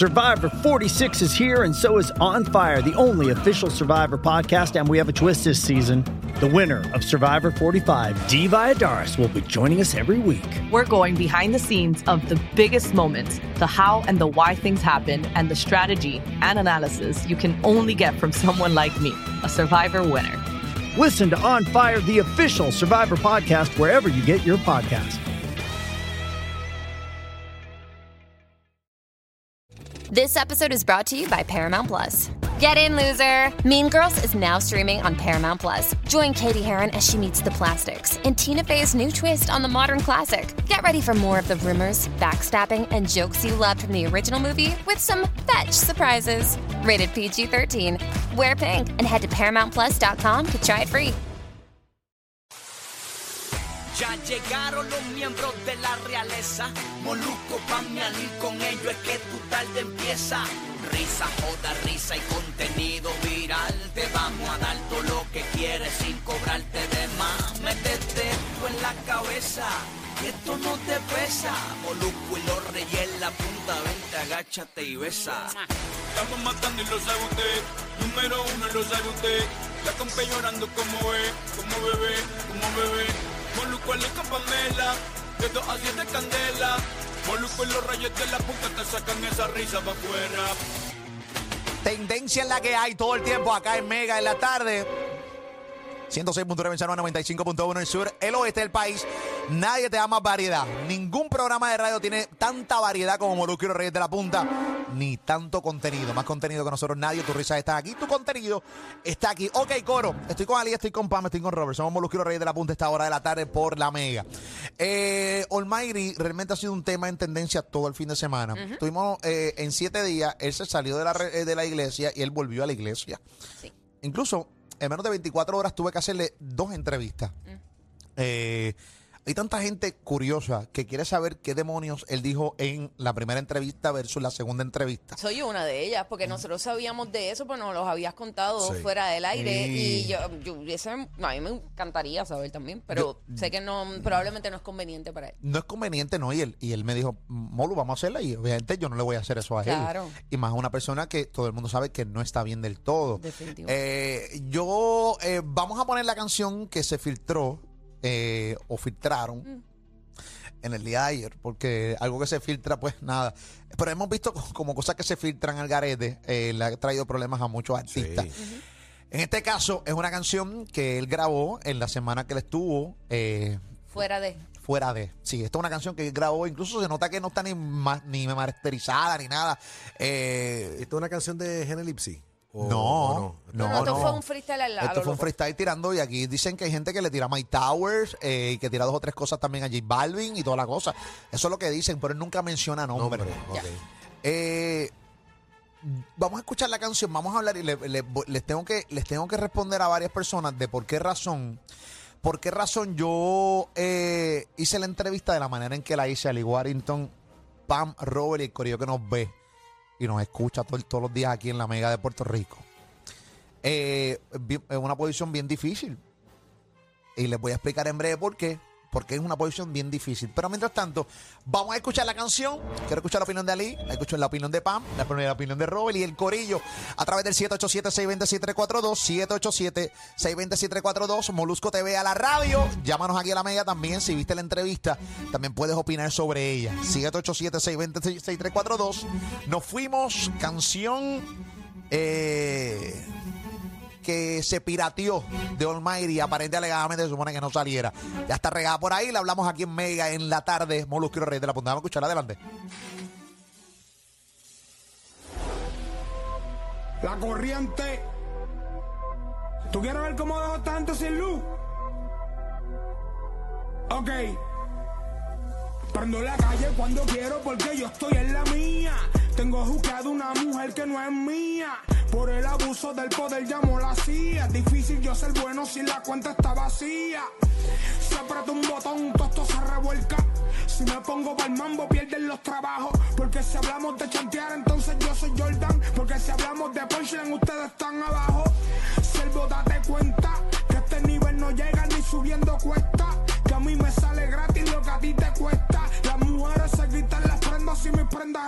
Survivor 46 is here, and so is On Fire, the only official Survivor podcast, and we have a twist this season. The winner of Survivor 45, Dee Valladares, will be joining us every week. We're going behind the scenes of the biggest moments, the how and the why things happen, and the strategy and analysis you can only get from someone like me, a Survivor winner. Listen to On Fire, the official Survivor podcast, wherever you get your podcast. This episode is brought to you by Paramount Plus. Get in, loser! Mean Girls is now streaming on Paramount Plus. Join Katie Heron as she meets the plastics in Tina Fey's new twist on the modern classic. Get ready for more of the rumors, backstabbing, and jokes you loved from the original movie with some fetch surprises. Rated PG-13. Wear pink and head to ParamountPlus.com to try it free. Ya llegaron los miembros de la realeza. Molusco, Pam y Anil, con ellos es que tu tarde empieza. Risa, joda, risa y contenido viral. Te vamos a dar todo lo que quieres sin cobrarte de más. Métete esto en la cabeza, que esto no te pesa. Molusco y los reyes en la punta, vente, agáchate y besa. Estamos matando y lo sabe usted. Número uno y lo sabe usted. La compré llorando como bebé. Molusco en la campanela, de 2 a 7 candela. Molusco en los rayos de la punta te sacan esa risa pa' afuera. Tendencia en la que hay todo el tiempo acá en Mega en la tarde. 106.9 en San Juan, 95.1 en el sur, el oeste del país. Nadie te da más variedad. Ningún programa de radio tiene tanta variedad como Molusco y los Reyes de la Punta, ni tanto contenido. Más contenido que nosotros nadie. Tus risas están aquí, tu contenido está aquí. Ok, coro. Estoy con Ali, estoy con Pam, estoy con Robert. Somos Molusco y los Reyes de la Punta a esta hora de la tarde por la Mega. Almighty realmente ha sido un tema en tendencia todo el fin de semana. Estuvimos en 7 días. Él se salió de la iglesia y él volvió a la iglesia. Sí. Incluso en menos de 24 horas tuve que hacerle 2 entrevistas. Hay tanta gente curiosa que quiere saber qué demonios él dijo en la primera entrevista versus la segunda entrevista. Soy yo una de ellas, porque nosotros sabíamos de eso, pues nos los habías contado fuera del aire. Y a mí me encantaría saber también, pero sé que no, probablemente no es conveniente para él. No es conveniente, no. Y él me dijo, Molu, vamos a hacerla. Y obviamente yo no le voy a hacer eso a él. Y más a una persona que todo el mundo sabe que no está bien del todo. Definitivamente. Vamos a poner la canción que se filtró. O filtraron en el día de ayer, porque algo que se filtra, pues nada. Pero hemos visto como cosas que se filtran al garete, le ha traído problemas a muchos artistas. Sí. En este caso, es una canción que él grabó en la semana que él estuvo fuera de. Sí, esta es una canción que él grabó, incluso se nota que no está ni masterizada ni nada. ¿Esta es una canción de Genelipsy? No, esto fue un freestyle al lado. Esto fue un freestyle tirando, y aquí dicen que hay gente que le tira a Mike Towers, y que tira 2 o 3 cosas también a J Balvin y toda la cosa. Eso es lo que dicen, pero él nunca menciona nombre. Vamos a escuchar la canción, vamos a hablar y les tengo que responder a varias personas de por qué razón yo hice la entrevista de la manera en que la hice. Ali Warrington, Pam, Robert y el corillo que nos ve y nos escucha todos los días aquí en la Mega de Puerto Rico. Es una posición bien difícil. Y les voy a explicar en breve por qué. Porque es una posición bien difícil. Pero mientras tanto, vamos a escuchar la canción. Quiero escuchar la opinión de Ali, escucho la opinión de Pam, la opinión de Robert y el corillo a través del 787-620-6342, 787-620-6342, Molusco TV a la radio. Llámanos aquí a la Mega también. Si viste la entrevista, también puedes opinar sobre ella. 787-620-6342. Nos fuimos, canción que se pirateó de Almighty, aparentemente alegadamente se supone que no saliera. Ya está regada por ahí, la hablamos aquí en Mega en la tarde. Molusco y los Reyes de la Punta. Vamos a escuchar, adelante. La corriente. ¿Tú quieres ver cómo dejo esta gente sin luz? Ok. Prendo la calle cuando quiero porque yo estoy en la mía. Tengo juzgado una mujer que no es mía. Por el abuso del poder llamo la CIA. Es difícil yo ser bueno si la cuenta está vacía. Si aprieto un botón, todo esto se revuelca. Si me pongo pa'l mambo, pierden los trabajos. Porque si hablamos de chantear, entonces yo soy Jordan. Porque si hablamos de punchline, ustedes están abajo. Siervo, date cuenta que este nivel no llega ni subiendo cuesta. Que a mí me sale gratis lo que a ti te cuesta. Las mujeres se quitan las prendas y mis prendas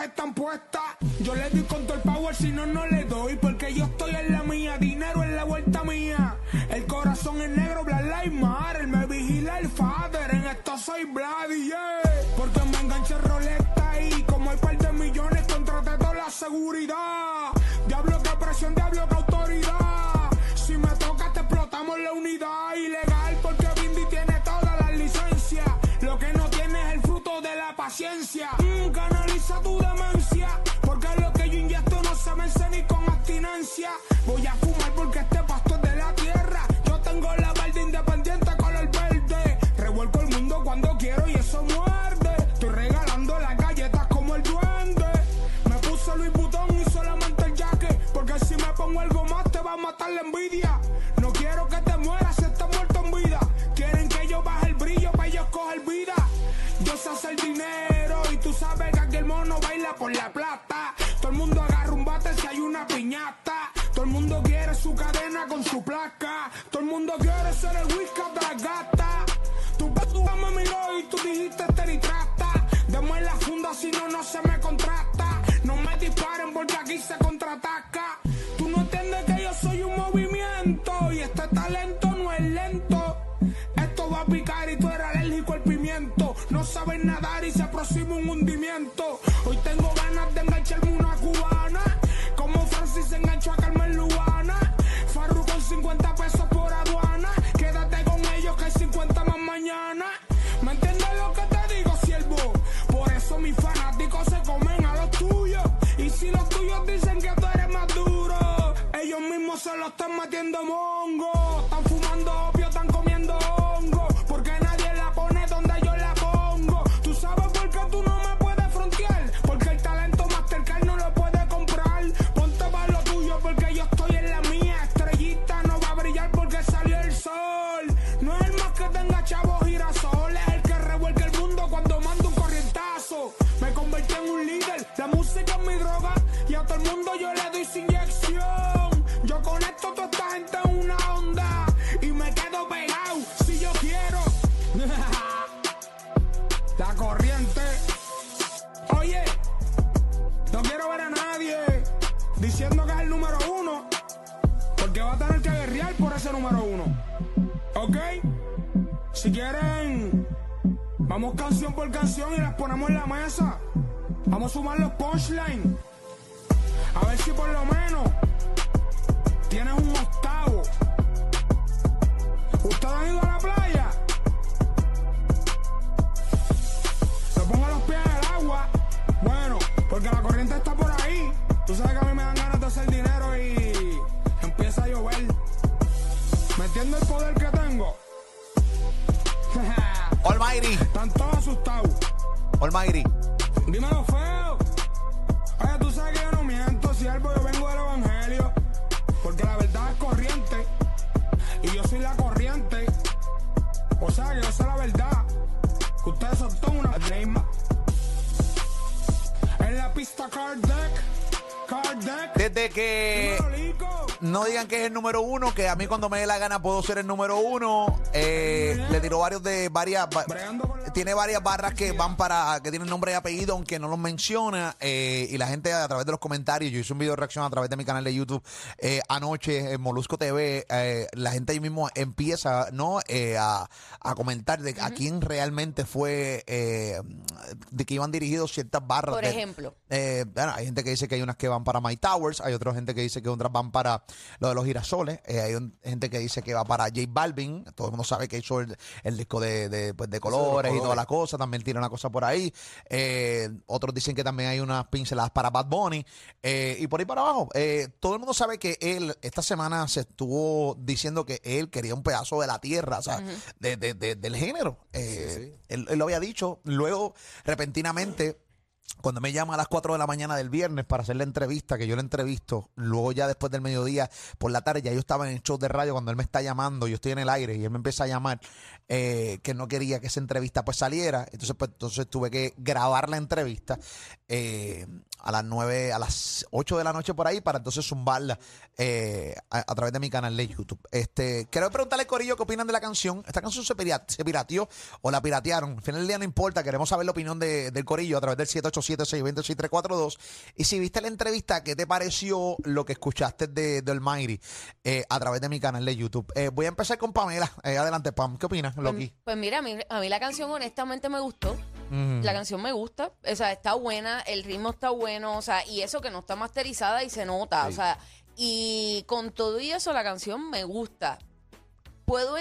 están puestas. Yo le doy con todo el power, si no, no le doy. Porque yo estoy en la mía, dinero en la vuelta mía. El corazón es negro, Black Lives Matter. Me vigila el father, en esto soy Vladi, yeah. Porque me enganché roleta y como hay par de millones, contraté toda la seguridad. Diablo que presión, diablo que autoridad. Si me toca te explotamos la unidad. Ilegal porque Bindi tiene todas las licencias. Lo que no tiene es el fruto de la paciencia. Canaliza tu demencia, porque lo que yo inyecto no se vence ni con abstinencia. Voy a fumar porque este pasto es de la tierra. Yo tengo la verde independiente color verde. Revuelco el mundo cuando quiero y eso muerde. Estoy regalando las galletas como el duende. Me puse Louis Vuitton y solamente el jaque, porque si me pongo algo más te va a matar la envidia. No quiero que te mueras si estás muerto en vida. Quieren que yo baje el brillo para ellos coger vida. Yo sé hacer dinero y tú sabes que aquí el mono baila por la plata. Todo el mundo agarra un bate si hay una piñata. Todo el mundo quiere su cadena con su placa. Todo el mundo quiere ser el whisky de la gata. Tu me miró y tú dijiste teritrata. Demos la funda si no, no se me contrata. No me disparen porque aquí se contraataca. Tú no entiendes que yo soy un movimiento y este talento no es lento. Esto va a picar y tú eres alérgico al pimiento. No sabes nadar y se aproxima un hundimiento. Hoy tengo ganas de engancharme una cubana, como Francis enganchó a Carmen Lubana. Farru con 50 pesos por aduana. Quédate con ellos que hay 50 más mañana. ¿Me entiendes lo que te digo, siervo? Por eso mis fanáticos se comen a los tuyos. Y si los tuyos dicen que tú eres más duro, ellos mismos se lo están metiendo mongo. Están fumando opio, están comiendo hongo, porque nadie la pone donde yo la pongo. ¿Tú sabes por qué tú no me puedes frontear? Porque el talento Mastercard no lo puede comprar. Ponte para lo tuyo porque yo estoy en la mía. Estrellita no va a brillar porque salió el sol. No es el más que tenga chavos girasoles, es el que revuelca el mundo cuando mando un corrientazo. Me convertí en un líder, la música es mi droga y a todo el mundo yo le doy sin inyección. Yo conecto a toda esta gente en una onda y me quedo pegado si yo quiero. La corriente. Oye, no quiero ver a nadie diciendo que es el número uno, porque va a tener que guerrear por ese número uno. ¿Ok? Si quieren, vamos canción por canción y las ponemos en la mesa. Vamos a sumar los punchlines. A ver si por lo menos tienes un octavo. ¿Ustedes han ido a la playa? Se pongan los pies en el agua. Bueno, porque la corriente está por ahí. Tú sabes que a mí me dan ganas de hacer dinero y empieza a llover. ¿Me entiendes el poder que tengo? Almighty. Están todos asustados. Almighty. Dímelo feo. Oye, tú sabes que yo no miento, siervo, yo vengo del evangelio. Porque la verdad es corriente y yo soy la corriente. O sea que yo sé la verdad, que ustedes son todos una misma. En la pista card deck. Desde que no digan que es el número uno, que a mí cuando me dé la gana puedo ser el número uno. Le tiró varias. Tiene varias barras que van para, que tienen nombre y apellido, aunque no los menciona. Y la gente a través de los comentarios, yo hice un video de reacción a través de mi canal de YouTube anoche, en Molusco TV. La gente ahí mismo empieza, ¿no? A comentar de a quién realmente fue, de que iban dirigidos ciertas barras. Por ejemplo. Bueno, hay gente que dice que hay unas que van para My Towers, hay otra gente que dice que otras van para lo de los girasoles, hay gente que dice que va para J Balvin, todo el mundo sabe que hizo el disco de colores y toda la cosa, también tiene una cosa por ahí, otros dicen que también hay unas pinceladas para Bad Bunny, y por ahí para abajo, todo el mundo sabe que él esta semana se estuvo diciendo que él quería un pedazo de la tierra, o sea, del género, él lo había dicho, luego repentinamente cuando me llama a las 4 de la mañana del viernes para hacer la entrevista, que yo le entrevisto, luego ya después del mediodía, por la tarde, ya yo estaba en el show de radio, cuando él me está llamando, yo estoy en el aire y él me empieza a llamar, que no quería que esa entrevista pues saliera, entonces tuve que grabar la entrevista a las 8 de la noche por ahí, para entonces zumbarla a través de mi canal de YouTube. Quiero preguntarle, Corillo, qué opinan de la canción. ¿Esta canción se pirateó o la piratearon? Al final del día no importa, queremos saber la opinión del Corillo a través del 787-620-6342. Y si viste la entrevista, ¿qué te pareció lo que escuchaste de Almighty a través de mi canal de YouTube? Voy a empezar con Pamela. Adelante, Pam. ¿Qué opinas, Loki? Pues mira, a mí la canción honestamente me gustó. La canción me gusta, o sea, está buena, el ritmo está bueno, o sea, y eso que no está masterizada y se nota, o sea, y con todo y eso la canción me gusta. Puedo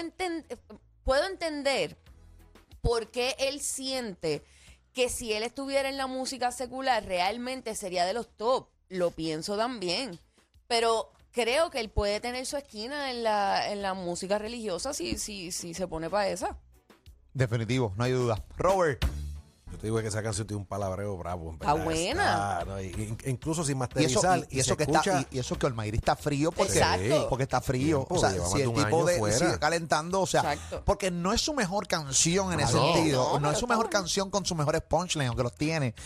entender por qué él siente que si él estuviera en la música secular realmente sería de los top. Lo pienso también, pero creo que él puede tener su esquina en la música religiosa si se pone para esa. Definitivo, no hay duda. Robert. Yo te digo que esa canción tiene un palabreo bravo. Está buena. Incluso sin masterizar. Y eso que Almighty está frío porque está frío. Tiempo, o sea, si el tipo sigue calentando, o sea, porque no es su mejor canción en ese sentido. No es su mejor canción con sus mejores punchlines, aunque los tiene.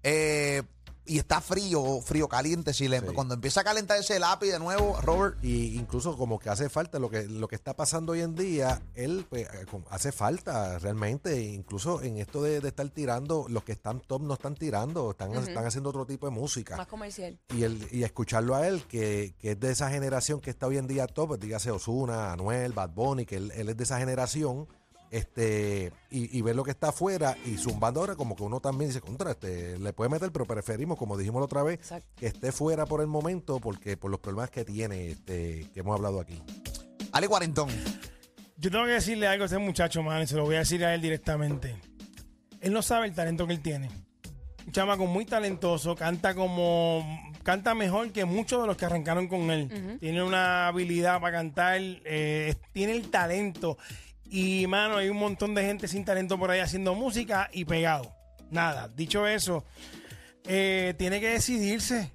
Y está frío caliente. Cuando empieza a calentar ese lápiz de nuevo, Robert. Y incluso como que hace falta lo que está pasando hoy en día, él pues, hace falta realmente, incluso en esto de estar tirando, los que están top no están tirando, están haciendo otro tipo de música. Más comercial. Y escucharlo a él, que es de esa generación que está hoy en día top, dígase Ozuna, Anuel, Bad Bunny, que él es de esa generación. Y ver lo que está afuera y zumbando ahora, como que uno también dice, le puede meter, pero preferimos, como dijimos la otra vez, que esté fuera por el momento, porque por los problemas que tiene, que hemos hablado aquí. Ale Cuarentón. Yo tengo que decirle algo a ese muchacho, man, y se lo voy a decir a él directamente. Él no sabe el talento que él tiene. Un chamaco muy talentoso, canta mejor que muchos de los que arrancaron con él. Tiene una habilidad para cantar, tiene el talento. Y, mano, hay un montón de gente sin talento por ahí haciendo música y pegado. Nada, dicho eso, tiene que decidirse.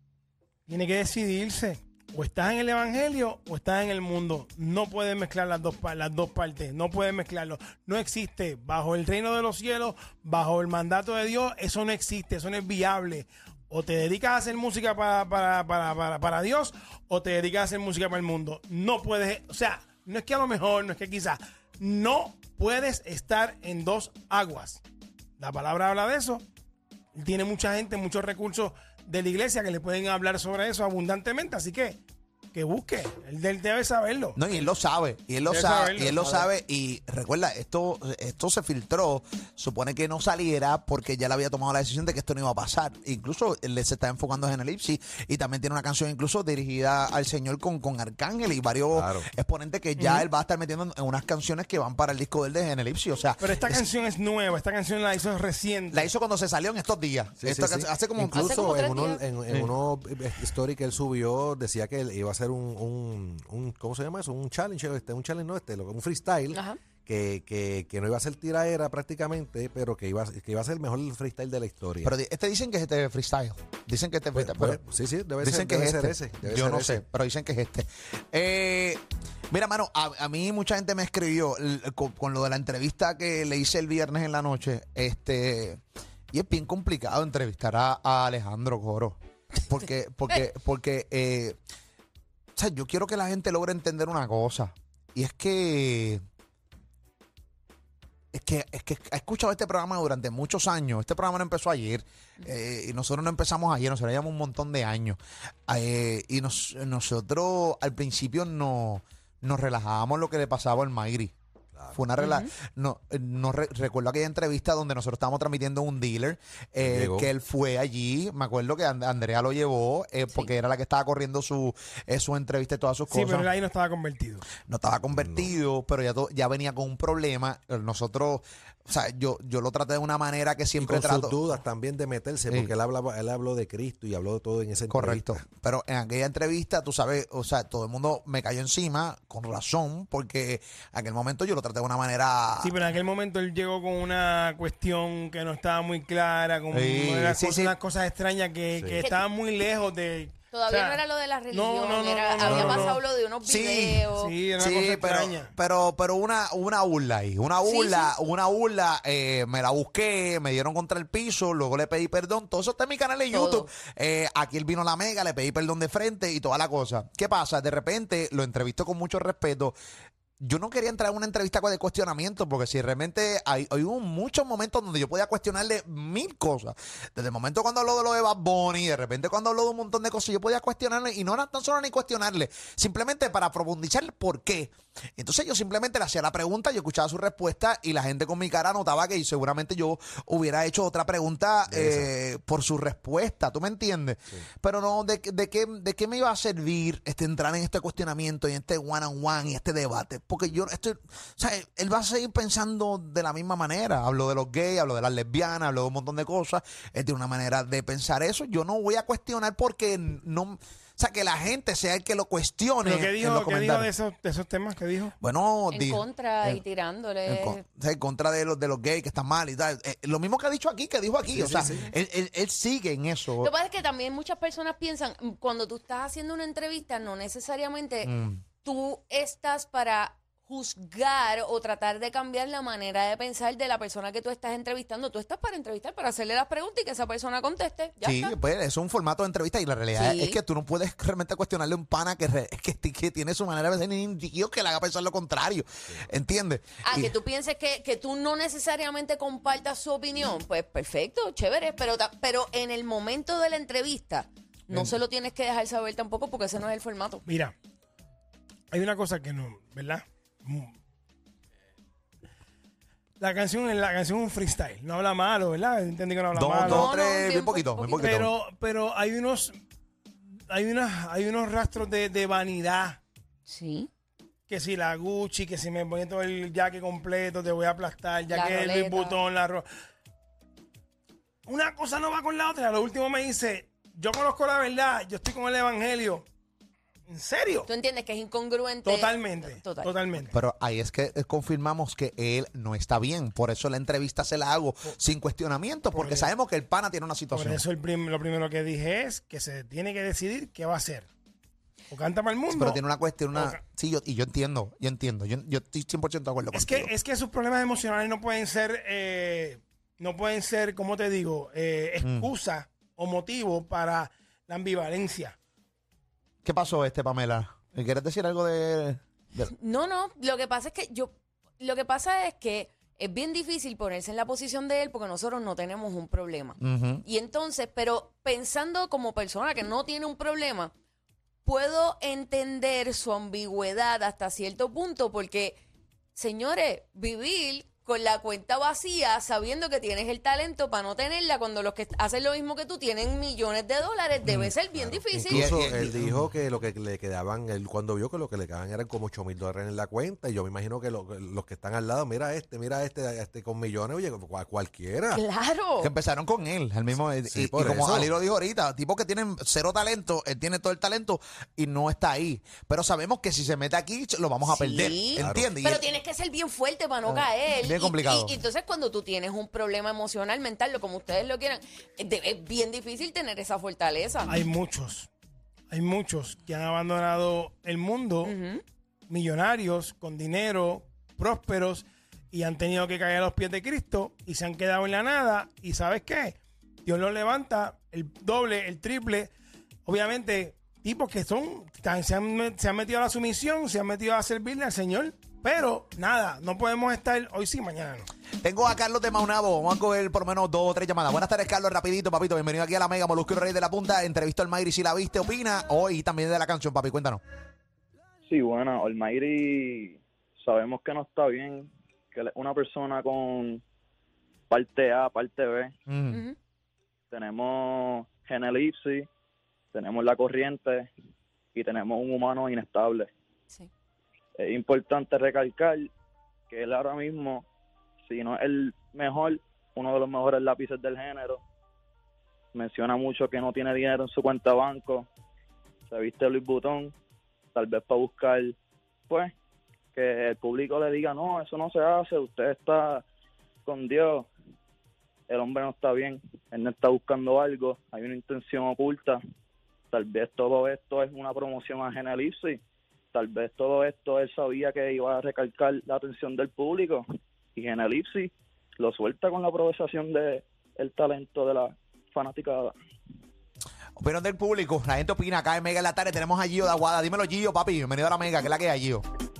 O estás en el evangelio o estás en el mundo. No puedes mezclar las dos partes. No puedes mezclarlo. No existe. Bajo el reino de los cielos, bajo el mandato de Dios, eso no existe. Eso no es viable. O te dedicas a hacer música para Dios o te dedicas a hacer música para el mundo. No puedes, o sea, no es que a lo mejor, no es que quizás. No puedes estar en dos aguas. La palabra habla de eso. Tiene mucha gente, muchos recursos de la iglesia que le pueden hablar sobre eso abundantemente. Así que busque. Él debe saberlo. No, y él lo sabe. Y recuerda, esto se filtró. Supone que no saliera porque ya le había tomado la decisión de que esto no iba a pasar. Incluso él se está enfocando en Elipsis y también tiene una canción incluso dirigida al Señor con Arcángel y varios exponentes que ya él va a estar metiendo en unas canciones que van para el disco de Elipsis. O sea, pero esta canción es nueva. Esta canción la hizo reciente. La hizo cuando se salió en estos días. Hace como incluso en unos story que él subió decía que él iba a hacer un ¿cómo se llama eso? Un challenge, un freestyle. Que no iba a ser tiraera prácticamente, pero que iba a ser el mejor freestyle de la historia. Pero dicen que es este freestyle. Dicen que este freestyle. Sí, debe dicen ser, que debe es ser este. ese. Yo no sé, pero dicen que es este. Mira, mano, a mí mucha gente me escribió con lo de la entrevista que le hice el viernes en la noche. Y es bien complicado entrevistar a Alejandro Coro. Porque o sea, yo quiero que la gente logre entender una cosa. Y es que he escuchado este programa durante muchos años. Este programa no empezó ayer. Y nosotros no empezamos ayer. Nosotros llevamos un montón de años. Y nosotros al principio nos relajábamos lo que le pasaba al Almighty. Fue una recuerdo aquella entrevista donde nosotros estábamos transmitiendo un dealer que él fue allí. Me acuerdo que Andrea lo llevó porque era la que estaba corriendo su entrevista y todas sus cosas. Sí, pero él ahí no estaba convertido. No estaba convertido, pero ya venía con un problema. Nosotros, o sea, yo lo traté de una manera que siempre trato. Sus dudas también de meterse, porque él habló de Cristo y habló de todo en esa entrevista. Correcto. Pero en aquella entrevista, tú sabes, o sea, todo el mundo me cayó encima con razón, porque en aquel momento yo lo traté de una manera. Sí, pero en aquel momento él llegó con una cuestión que no estaba muy clara, con unas cosas extrañas que estaban muy lejos de. Todavía no era lo de la religión, había pasado lo de unos videos. Sí, era una cosa extraña. Pero una burla ahí. Una burla, me la busqué, me dieron contra el piso, luego le pedí perdón. Todo eso está en mi canal de YouTube. Aquí él vino a la Mega, le pedí perdón de frente y toda la cosa. ¿Qué pasa? De repente lo entrevisto con mucho respeto. yo no quería entrar en una entrevista de cuestionamiento, porque si realmente hay muchos momentos donde yo podía cuestionarle mil cosas. Desde el momento cuando habló de lo de Bad Bunny, de repente cuando habló de un montón de cosas, yo podía cuestionarle, y no era tan solo ni cuestionarle, simplemente para profundizar el por qué. Entonces yo simplemente le hacía la pregunta, yo escuchaba su respuesta, y la gente con mi cara notaba que seguramente yo hubiera hecho otra pregunta por su respuesta, ¿tú me entiendes? Sí. Pero no, ¿de qué me iba a servir entrar en este cuestionamiento y este one-on-one y este debate? Porque yo o sea, él va a seguir pensando de la misma manera. Habló de los gays, habló de las lesbianas, habló de un montón de cosas. Él tiene una manera de pensar eso. Yo no voy a cuestionar porque no... O sea, que la gente sea el que lo cuestione. ¿Pero qué dijo de esos temas? ¿Qué dijo? Bueno, en contra y tirándole. En contra de los gays que están mal y tal. Lo mismo que dijo aquí. Sí, o sea, sí. Él sigue en eso. Lo que pasa es que también muchas personas piensan, cuando tú estás haciendo una entrevista, no necesariamente tú estás para juzgar o tratar de cambiar la manera de pensar de la persona que tú estás entrevistando. Tú estás para entrevistar, para hacerle las preguntas y que esa persona conteste. Ya está. Pues es un formato de entrevista, y la realidad es que tú no puedes realmente cuestionarle a un pana que tiene su manera de ser indicado, que le haga pensar lo contrario. ¿Entiendes? Que tú pienses que tú no necesariamente compartas su opinión. Pues perfecto, chévere, pero en el momento de la entrevista no se lo tienes que dejar saber tampoco, porque ese no es el formato. Mira, hay una cosa que no, ¿verdad? La canción es un freestyle, no habla malo, ¿verdad? Entendí que no habla malo. Dos, tres, bien poquito. Pero hay unos rastros de vanidad. Sí. Que si la Gucci, que si me pongo todo el jaque completo, te voy a aplastar, ya que el botón, la ropa. Una cosa no va con la otra. Lo último me dice, yo conozco la verdad, yo estoy con el evangelio. ¿En serio? ¿Tú entiendes que es incongruente? Totalmente. Pero ahí es que confirmamos que él no está bien. Por eso la entrevista se la hago sin cuestionamiento, porque sabemos que el pana tiene una situación. Por eso lo primero que dije es que se tiene que decidir qué va a hacer. O canta para el mundo. Pero tiene una cuestión, sí, yo entiendo. Yo estoy 100% de acuerdo contigo. Es que sus problemas emocionales no pueden ser, ¿cómo te digo? Excusa o motivo para la ambivalencia. ¿Qué pasó, Pamela? ¿Quieres decir algo de...? No. Lo que pasa es que es bien difícil ponerse en la posición de él, porque nosotros no tenemos un problema. Y entonces, pero pensando como persona que no tiene un problema, puedo entender su ambigüedad hasta cierto punto, porque, señores, vivir con la cuenta vacía, sabiendo que tienes el talento para no tenerla, cuando los que hacen lo mismo que tú tienen millones de dólares, debe ser bien difícil. Incluso él dijo que lo que le quedaban, él cuando vio que lo que le quedaban eran como $8,000 en la cuenta, y yo me imagino que los que están al lado, mira este con millones, oye, cualquiera. Claro. Que empezaron con él, el mismo, sí, y como Ali lo dijo ahorita, tipos que tienen cero talento, él tiene todo el talento y no está ahí. Pero sabemos que si se mete aquí, lo vamos a perder, ¿entiendes? Pero tienes que ser bien fuerte para no caer. Bien complicado. Y entonces cuando tú tienes un problema emocional, mental, como ustedes lo quieran, es bien difícil tener esa fortaleza. Hay muchos que han abandonado el mundo, millonarios, con dinero, prósperos, y han tenido que caer a los pies de Cristo y se han quedado en la nada. ¿Y sabes qué? Dios los levanta el doble, el triple. Obviamente, tipos que se han metido a la sumisión, se han metido a servirle al Señor. Pero nada, no podemos estar hoy sí, mañana no. Tengo a Carlos de Maunabo. Vamos a coger por lo menos 2 o 3 llamadas. Buenas tardes, Carlos, rapidito, papito. Bienvenido aquí a la Mega, Molusco y Rey de la Punta. Entrevista a Almayri, si la viste, opina. Hoy también de la canción, papi, cuéntanos. Sí, bueno, Almayri sabemos que no está bien, que él es una persona con parte A, parte B. Tenemos Genelipsis, tenemos La Corriente y tenemos un humano inestable. Sí. Es importante recalcar que él ahora mismo, si no es el mejor, uno de los mejores lápices del género. Menciona mucho que no tiene dinero en su cuenta de banco. Se viste Louis Vuitton, tal vez para buscar, pues, que el público le diga, no, eso no se hace, usted está con Dios. El hombre no está bien, él no está buscando algo, hay una intención oculta. Tal vez todo esto es una promoción a Genelipsis. Tal vez todo esto él sabía que iba a recalcar la atención del público, y Genelipsis lo suelta con la aprobación del talento de la fanaticada. Opinión del público, la gente opina acá en Mega en la tarde. Tenemos a Gio de Aguada. Dímelo, Gio, papi, bienvenido a la Mega, ¿qué es la que hay, Gio?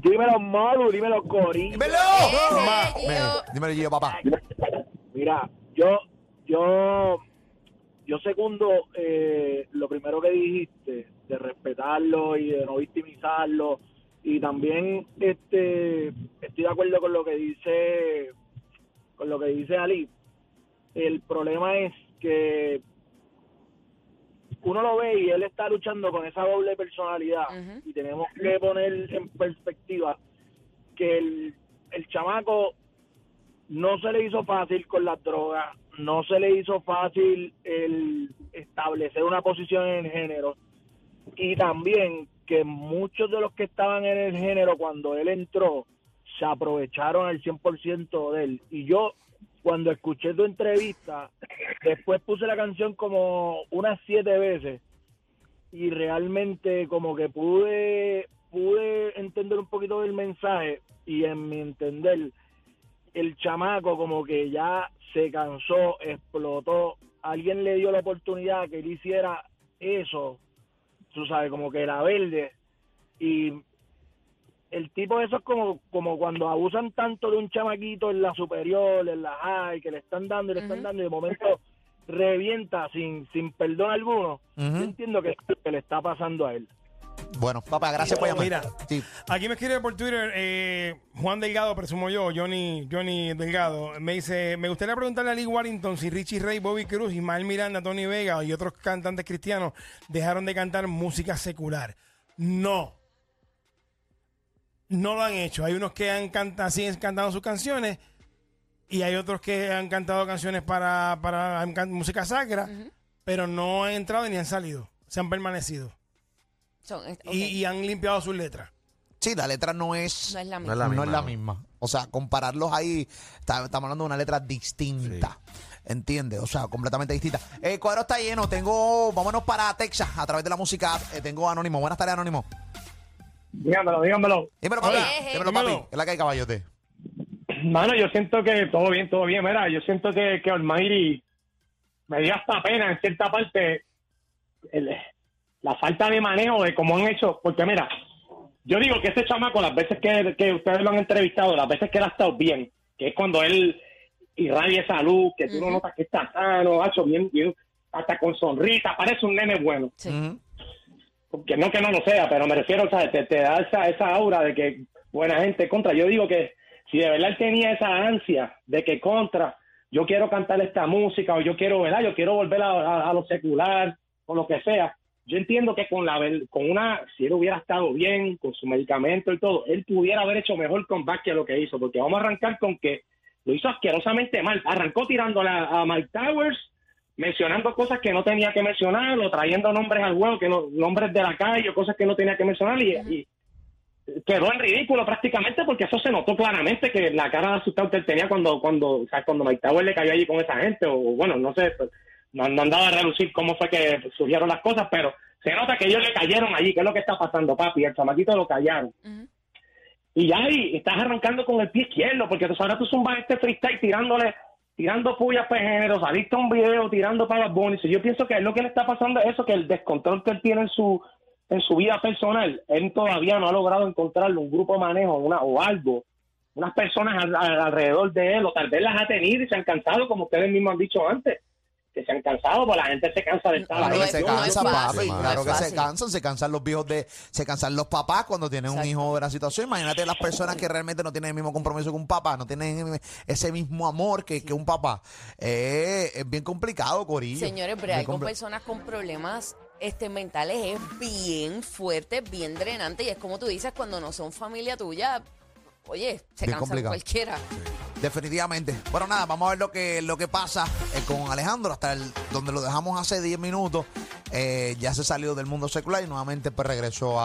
Dímelo, Molu, dímelo, Corillo. ¡Dímelo! Dímelo, Gio, papá. Mira, yo segundo lo primero que dijiste, de respetarlo y de no victimizarlo. Y también estoy de acuerdo con lo que dice Ali. El problema es que uno lo ve y él está luchando con esa doble personalidad. Y tenemos que poner en perspectiva que el chamaco no se le hizo fácil con las drogas, no se le hizo fácil el establecer una posición en el género, y también que muchos de los que estaban en el género cuando él entró se aprovecharon al 100% de él. Y yo, cuando escuché tu entrevista, después puse la canción como unas 7 veces y realmente como que pude entender un poquito del mensaje, y en mi entender el chamaco como que ya se cansó, explotó, alguien le dio la oportunidad que él hiciera eso, tú sabes, como que era verde, y el tipo de eso es como cuando abusan tanto de un chamaquito en la superior, en la high, que le están dando y le están dando, y de momento revienta sin perdón alguno. Yo entiendo que es lo que le está pasando a él. Bueno, papá, gracias por llamar. Mira, aquí me escribe por Twitter Juan Delgado, presumo yo, Johnny Delgado. Me dice, me gustaría preguntarle a Lee Warrington si Richie Ray, Bobby Cruz, Ismael Miranda, Tony Vega y otros cantantes cristianos dejaron de cantar música secular. No lo han hecho. Hay unos que siguen cantando sus canciones, y hay otros que han cantado canciones para música sacra, pero no han entrado ni han salido. Se han permanecido. Y han limpiado sus letras. Sí, la letra no es la misma. O sea, compararlos ahí, estamos hablando de una letra distinta. Sí. ¿Entiendes? O sea, completamente distinta. El cuadro está lleno. Vámonos para Texas a través de la música. Tengo Anónimo. Buenas tardes, Anónimo. Dígamelo. Dímelo, papi. Dímelo, papi. Es la que hay, caballote. Mano, yo siento que todo bien. Mira, yo siento que Almighty me dio hasta pena en cierta parte la falta de manejo de cómo han hecho. Porque mira, yo digo que ese chamaco, las veces que ustedes lo han entrevistado, las veces que él ha estado bien, que es cuando él irradia esa luz, que tú no notas que está sano, bien, hasta con sonrisa, parece un nene bueno. Sí. Porque no que no lo sea, pero me refiero, o sea, te da esa aura de que buena gente contra. Yo digo que si de verdad él tenía esa ansia de que contra, yo quiero cantar esta música, o yo quiero volver a lo secular, o lo que sea, yo entiendo que si él hubiera estado bien, con su medicamento y todo, él pudiera haber hecho mejor comeback que lo que hizo, porque vamos a arrancar con que lo hizo asquerosamente mal. Arrancó tirándole a Mike Towers, mencionando cosas que no tenía que mencionar, o trayendo nombres al juego, nombres de la calle, o cosas que no tenía que mencionar, y quedó en ridículo prácticamente, porque eso se notó claramente, que la cara de asustado que él tenía cuando Mike Towers le cayó allí con esa gente, o bueno, no sé, pues, no han dado a relucir cómo fue que surgieron las cosas, pero se nota que ellos le cayeron allí. ¿Qué es lo que está pasando, papi? El chamaquito lo callaron. Y ya ahí estás arrancando con el pie izquierdo, porque ahora tú zumbas freestyle tirando pullas para género, saliste a un video tirando para Bad Bunny. Yo pienso que lo que le está pasando es eso, que el descontrol que él tiene en su vida personal, él todavía no ha logrado encontrarle un grupo de manejo o algo, unas personas alrededor de él, o tal vez las ha tenido y se han cansado, como ustedes mismos han dicho antes, que se han cansado, porque la gente se cansa de estar ahí. Se cansa, papi. Claro que se cansan los viejos se cansan los papás cuando tienen un hijo de la situación. Imagínate las personas que realmente no tienen el mismo compromiso que un papá, no tienen ese mismo amor que un papá. Es bien complicado, corillo. Señores, pero hay con personas con problemas mentales, es bien fuerte, bien drenante, y es como tú dices, cuando no son familia tuya, oye, se cansa cualquiera. Sí. Definitivamente. Bueno, nada, vamos a ver lo que pasa con Alejandro, hasta donde lo dejamos hace 10 minutos. Ya se salió del mundo secular y nuevamente pues regresó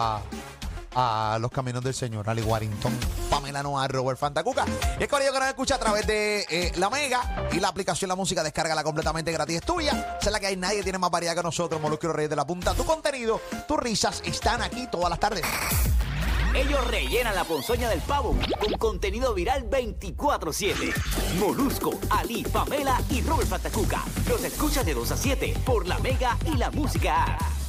a los caminos del Señor. Ali Warrington, Pamela Noa, Robert Fantacuca. Y es con ello que nos escucha a través de La Mega y la aplicación La Música. Descárgala completamente gratis, es tuya. Esa es la que hay, nadie tiene más variedad que nosotros. Molusco y los Reyes de la Punta. Tu contenido, tus risas están aquí todas las tardes. Ellos rellenan la ponzoña del pavo con contenido viral 24/7. Molusco, Ali, Pamela y Robert Fantacuca. Los escuchas de 2 a 7 por La Mega y La Música.